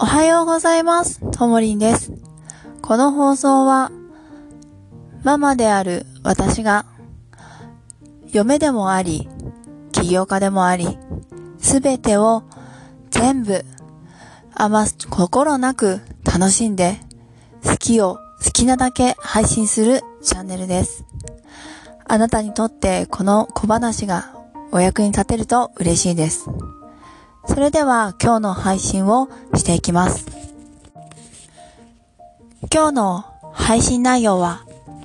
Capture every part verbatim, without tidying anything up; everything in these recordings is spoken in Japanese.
おはようございます。ともりんです。この放送は、ママである私が、嫁でもあり、起業家でもあり、すべてを全部余す心なく楽しんで、好きを好きなだけ配信するチャンネルです。あなたにとってこの小話がお役に立てると嬉しいです。それでは今日の配信をしていきます。今日の配信内容は、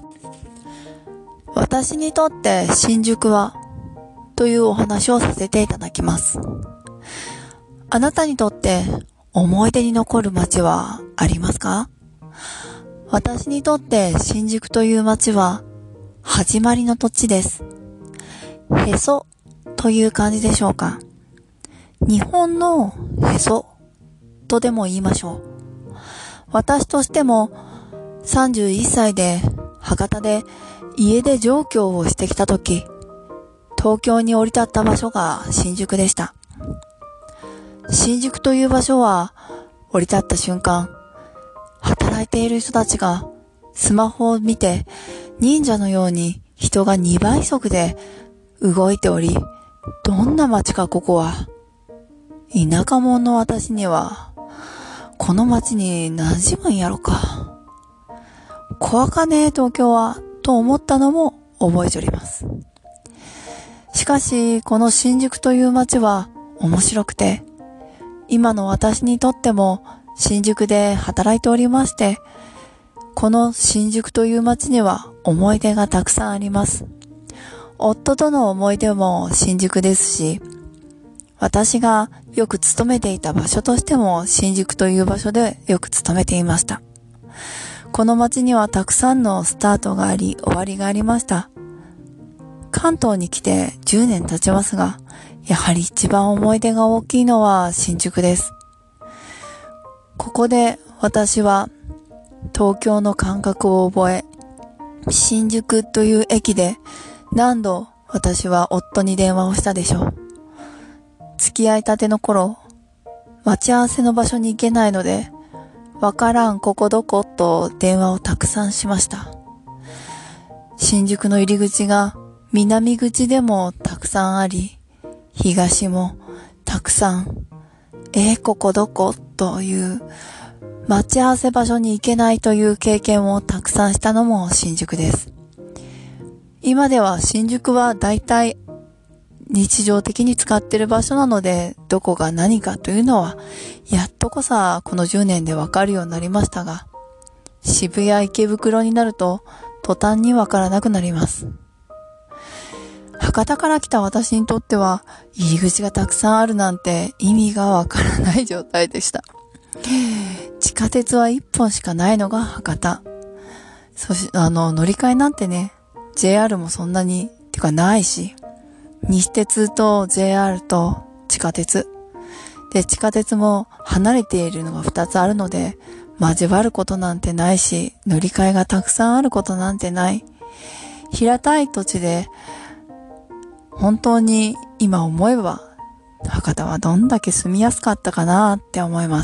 私にとって新宿はというお話をさせていただきます。あなたにとって思い出に残る街はありますか？私にとって新宿という街は始まりの土地です。へそという感じでしょうか。日本のへそとでも言いましょう。私としてもさんじゅういっさいで博多で家出上京をしてきたとき、東京に降り立った場所が新宿でした。新宿という場所は降り立った瞬間、働いている人たちがスマホを見て忍者のように人がにばい速で動いており、どんな街かここは。田舎者の私にはこの街に馴染むんやろか。怖かねえ東京はと思ったのも覚えております。しかしこの新宿という街は面白くて、今の私にとっても新宿で働いておりまして、この新宿という街には思い出がたくさんあります。夫との思い出も新宿ですし、私がよく勤めていた場所としても新宿という場所でよく勤めていました。この街にはたくさんのスタートがあり終わりがありました。関東に来てじゅうねん経ちますが、やはり一番思い出が大きいのは新宿です。ここで私は東京の感覚を覚え、新宿という駅で何度私は夫に電話をしたでしょう。付き合いたての頃、待ち合わせの場所に行けないので、わからんここどこと電話をたくさんしました。新宿の入り口が南口でもたくさんあり、東もたくさん、えー、ここどこという待ち合わせ場所に行けないという経験をたくさんしたのも新宿です。今では新宿はだいたい日常的に使っている場所なので、どこが何かというのはやっとこさこのじゅうねんでわかるようになりましたが、渋谷池袋になると途端にわからなくなります。博多から来た私にとっては入り口がたくさんあるなんて意味がわからない状態でした。地下鉄はいっぽんしかないのが博多。そし、あの乗り換えなんてね、ジェイアール もそんなにてかないし、西鉄と ジェイアール と地下鉄で、地下鉄も離れているのがふたつあるので交わることなんてないし、乗り換えがたくさんあることなんてない。平たい土地で本当に今思えば博多はどんだけ住みやすかったかなって思います。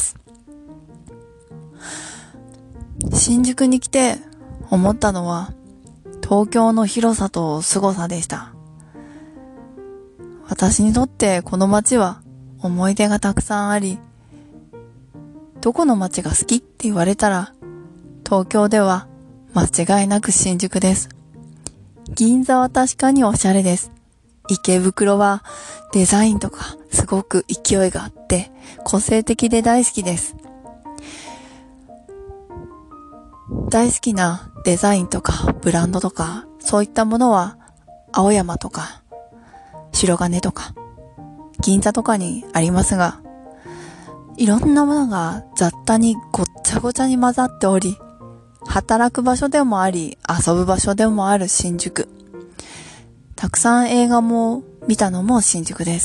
新宿に来て思ったのは東京の広さと凄さでした。私にとってこの街は思い出がたくさんあり、どこの街が好きって言われたら東京では間違いなく新宿です。銀座は確かにおしゃれです。池袋はデザインとかすごく勢いがあって個性的で大好きです。大好きなデザインとかブランドとかそういったものは青山とか白金とか銀座とかにありますが、いろんなものが雑多にごっちゃごちゃに混ざっており、働く場所でもあり遊ぶ場所でもある新宿。たくさん映画も見たのも新宿です。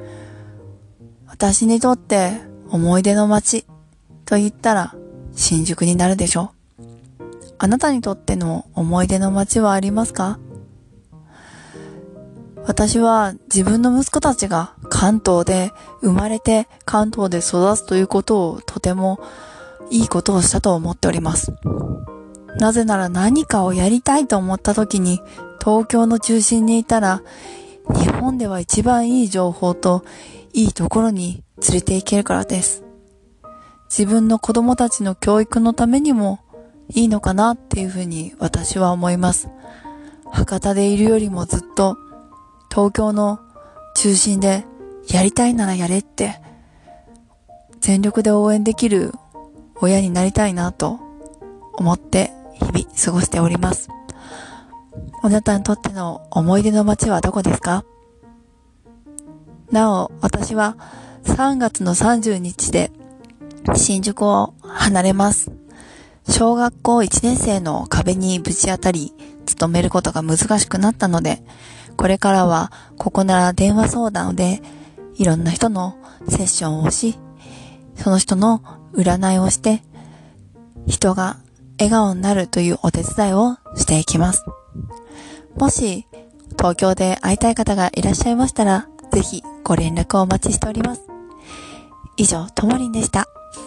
私にとって思い出の街と言ったら新宿になるでしょう。あなたにとっての思い出の街はありますか？ 私は自分の息子たちが関東で生まれて関東で育つということをとてもいいことをしたと思っております。なぜなら何かをやりたいと思った時に東京の中心にいたら日本では一番いい情報といいところに連れて行けるからです。自分の子供たちの教育のためにもいいのかなっていうふうに私は思います。博多でいるよりもずっと東京の中心でやりたいならやれって全力で応援できる親になりたいなと思って日々過ごしております。あなたにとっての思い出の街はどこですか？なお、私はさんがつのさんじゅうにちで新宿を離れます。小学校いちねん生の壁にぶち当たり、勤めることが難しくなったので、これからはここなら電話相談でいろんな人のセッションをし、その人の占いをして、人が笑顔になるというお手伝いをしていきます。もし東京で会いたい方がいらっしゃいましたら、ぜひご連絡をお待ちしております。以上、ともりんでした。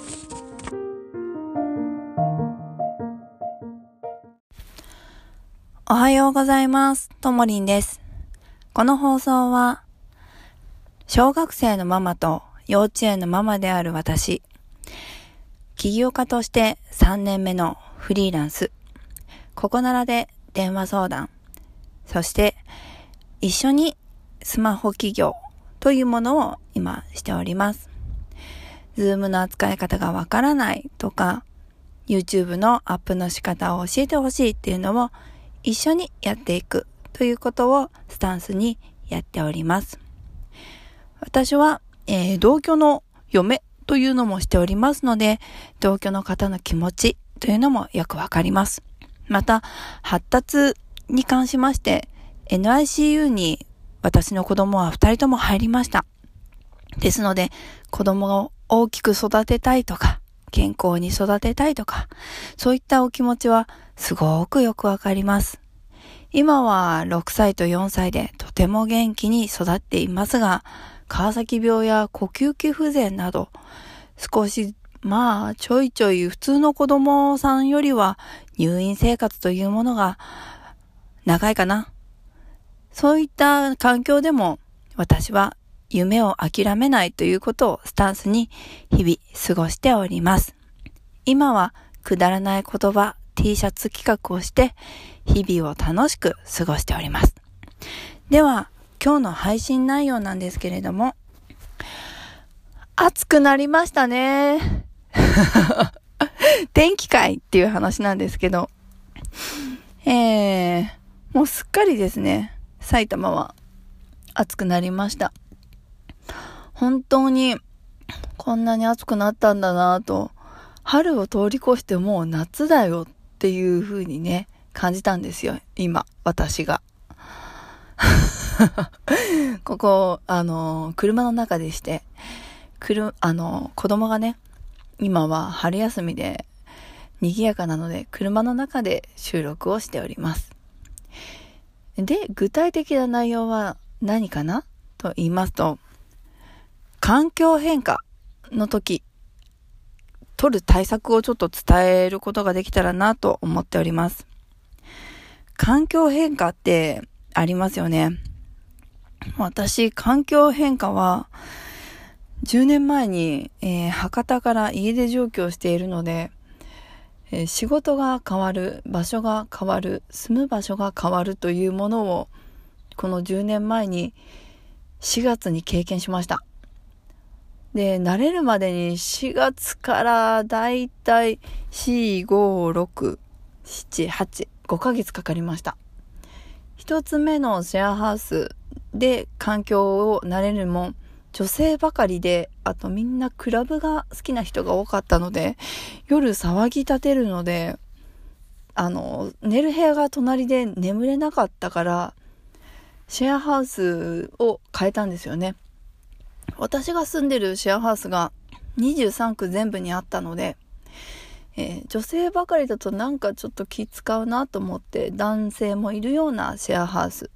おはようございます。ともりんです。この放送は、小学生のママと幼稚園のママである私、起業家としてさんねんめのフリーランス、ここならで電話相談、そして一緒にスマホ起業というものを今しております。Zoom の扱い方がわからないとか、YouTube のアップの仕方を教えてほしいっていうのを一緒にやっていくということをスタンスにやっております。私は、えー、同居の嫁というのもしておりますので、同居の方の気持ちというのもよくわかります。また、発達に関しまして エヌアイシーユー に私の子供はふたりとも入りました。ですので、子供を大きく育てたいとか、健康に育てたいとか、そういったお気持ちはすごくよくわかります。今はろくさいとよんさいでとても元気に育っていますが、川崎病や呼吸器不全など、少しまあちょいちょい普通の子供さんよりは入院生活というものが長いかな。そういった環境でも私は夢を諦めないということをスタンスに日々過ごしております。今はくだらない言葉 T シャツ企画をして日々を楽しく過ごしております。では今日の配信内容なんですけれども、暑くなりましたね。天気かいっていう話なんですけど、えー、もうすっかりですね、埼玉は暑くなりました。本当にこんなに暑くなったんだなと、春を通り越してもう夏だよっていう風にね感じたんですよ、今私が。ここあの車の中でして、くるあの子供がね今は春休みで賑やかなので車の中で収録をしております。で、具体的な内容は何かなと言いますと、環境変化の時取る対策をちょっと伝えることができたらなと思っております。環境変化ってありますよね。私、環境変化はじゅうねんまえに、えー、博多から家出上京しているので、えー、仕事が変わる、場所が変わる、住む場所が変わるというものをこのじゅうねんまえにしがつに経験しました。で、慣れるまでにしがつからだいたいよん、ご、ろく、なな、はち、ごかげつかかりました。一つ目のシェアハウスで環境を慣れるも女性ばかりで、あとみんなクラブが好きな人が多かったので、夜騒ぎ立てるので、あの寝る部屋が隣で眠れなかったからシェアハウスを変えたんですよね。私が住んでるシェアハウスがにじゅうさんく全部にあったので、えー、女性ばかりだとなんかちょっと気使うなと思って、男性もいるようなシェアハウス、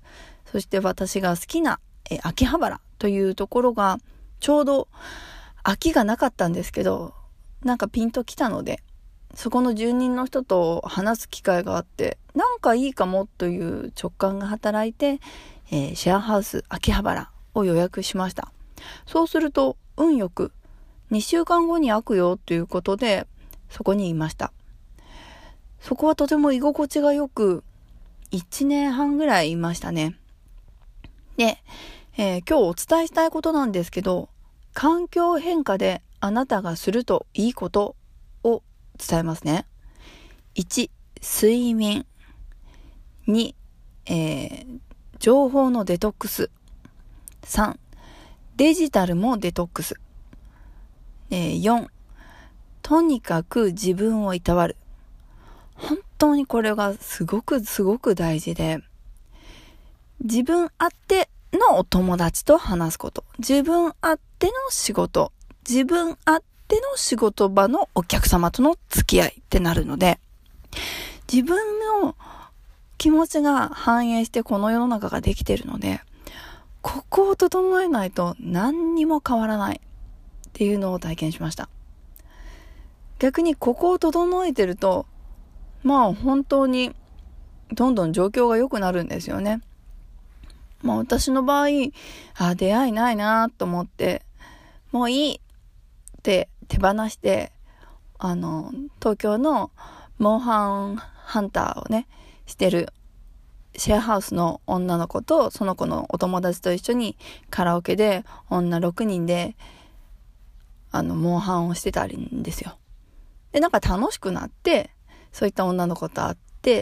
そして私が好きなえ秋葉原というところがちょうど空きがなかったんですけど、なんかピンときたので、そこの住人の人と話す機会があって、なんかいいかもという直感が働いて、えー、シェアハウス秋葉原を予約しました。そうすると運よくにしゅうかんごに開くよということでそこにいました。そこはとても居心地がよく、いちねんはんぐらいいましたね。で、えー、今日お伝えしたいことなんですけど、環境変化であなたがするといいことを伝えますね。いち、睡眠。に、えー、情報のデトックス。さん、デジタルもデトックス。えー、よん、とにかく自分をいたわる。本当にこれがすごくすごく大事で、自分あってのお友達と話すこと、自分あっての仕事、自分あっての仕事場のお客様との付き合いってなるので、自分の気持ちが反映してこの世の中ができているので、ここを整えないと何にも変わらないっていうのを体験しました。逆にここを整えてると、まあ本当にどんどん状況が良くなるんですよね。まあ私の場合、あ、出会いないなと思って、もういいって手放して、あの、東京のモンハンハンターをね、してるシェアハウスの女の子とその子のお友達と一緒にカラオケで女ろくにんであのモンハンをしてたりんですよ。で、なんか楽しくなって、そういった女の子と会って、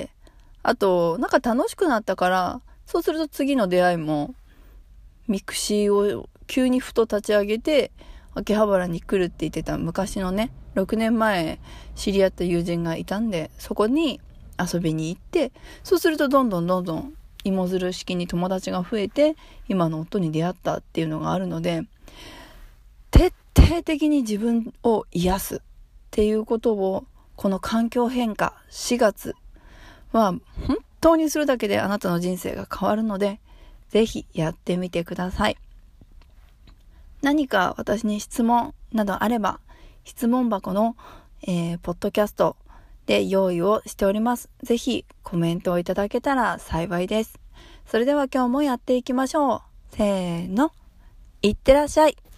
あとなんか楽しくなったから、そうすると次の出会いもミクシーを急にふと立ち上げて秋葉原に来るって言ってた昔のね、ろくねんまえ知り合った友人がいたんで、そこに遊びに行って、そうするとどんどんどんどん芋づる式に友達が増えて、今の夫に出会ったっていうのがあるので、徹底的に自分を癒すっていうことを、この環境変化しがつは本当にするだけであなたの人生が変わるので、ぜひやってみてください。何か私に質問などあれば、質問箱の、えー、ポッドキャストで用意をしております。ぜひコメントをいただけたら幸いです。それでは今日もやっていきましょう。せーの、いってらっしゃい。